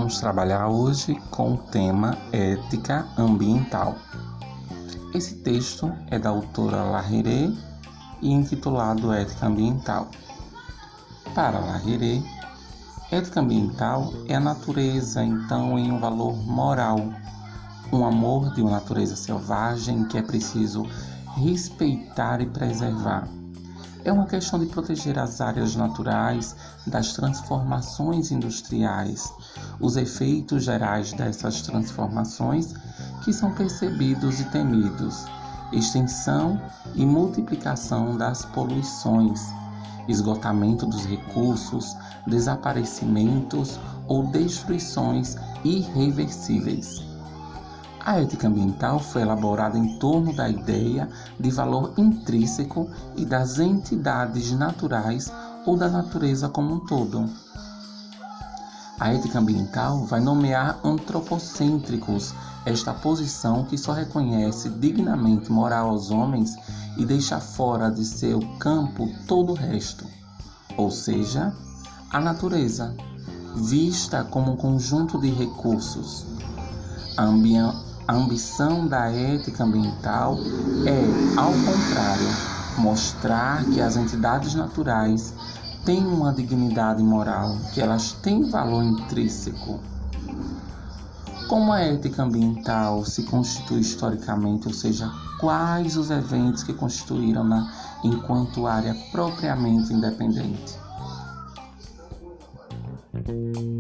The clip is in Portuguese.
vamos trabalhar hoje com o tema ética ambiental. Esse texto é da autora Lahire e intitulado Ética Ambiental. Para Lahire, ética ambiental é a natureza, então, em um valor moral, um amor de uma natureza selvagem que é preciso respeitar e preservar. É uma questão de proteger as áreas naturais das transformações industriais, os efeitos gerais dessas transformações que são percebidos e temidos, extensão e multiplicação das poluições, esgotamento dos recursos, desaparecimentos ou destruições irreversíveis. A ética ambiental foi elaborada em torno da ideia de valor intrínseco e das entidades naturais ou da natureza como um todo. A ética ambiental vai nomear antropocêntricos, esta posição que só reconhece dignamente moral aos homens e deixa fora de seu campo todo o resto, ou seja, a natureza, vista como um conjunto de recursos. A ambição da ética ambiental é, ao contrário, mostrar que as entidades naturais têm uma dignidade moral, que elas têm valor intrínseco. Como a ética ambiental se constitui historicamente, ou seja, quais os eventos que constituíram-na enquanto área propriamente independente?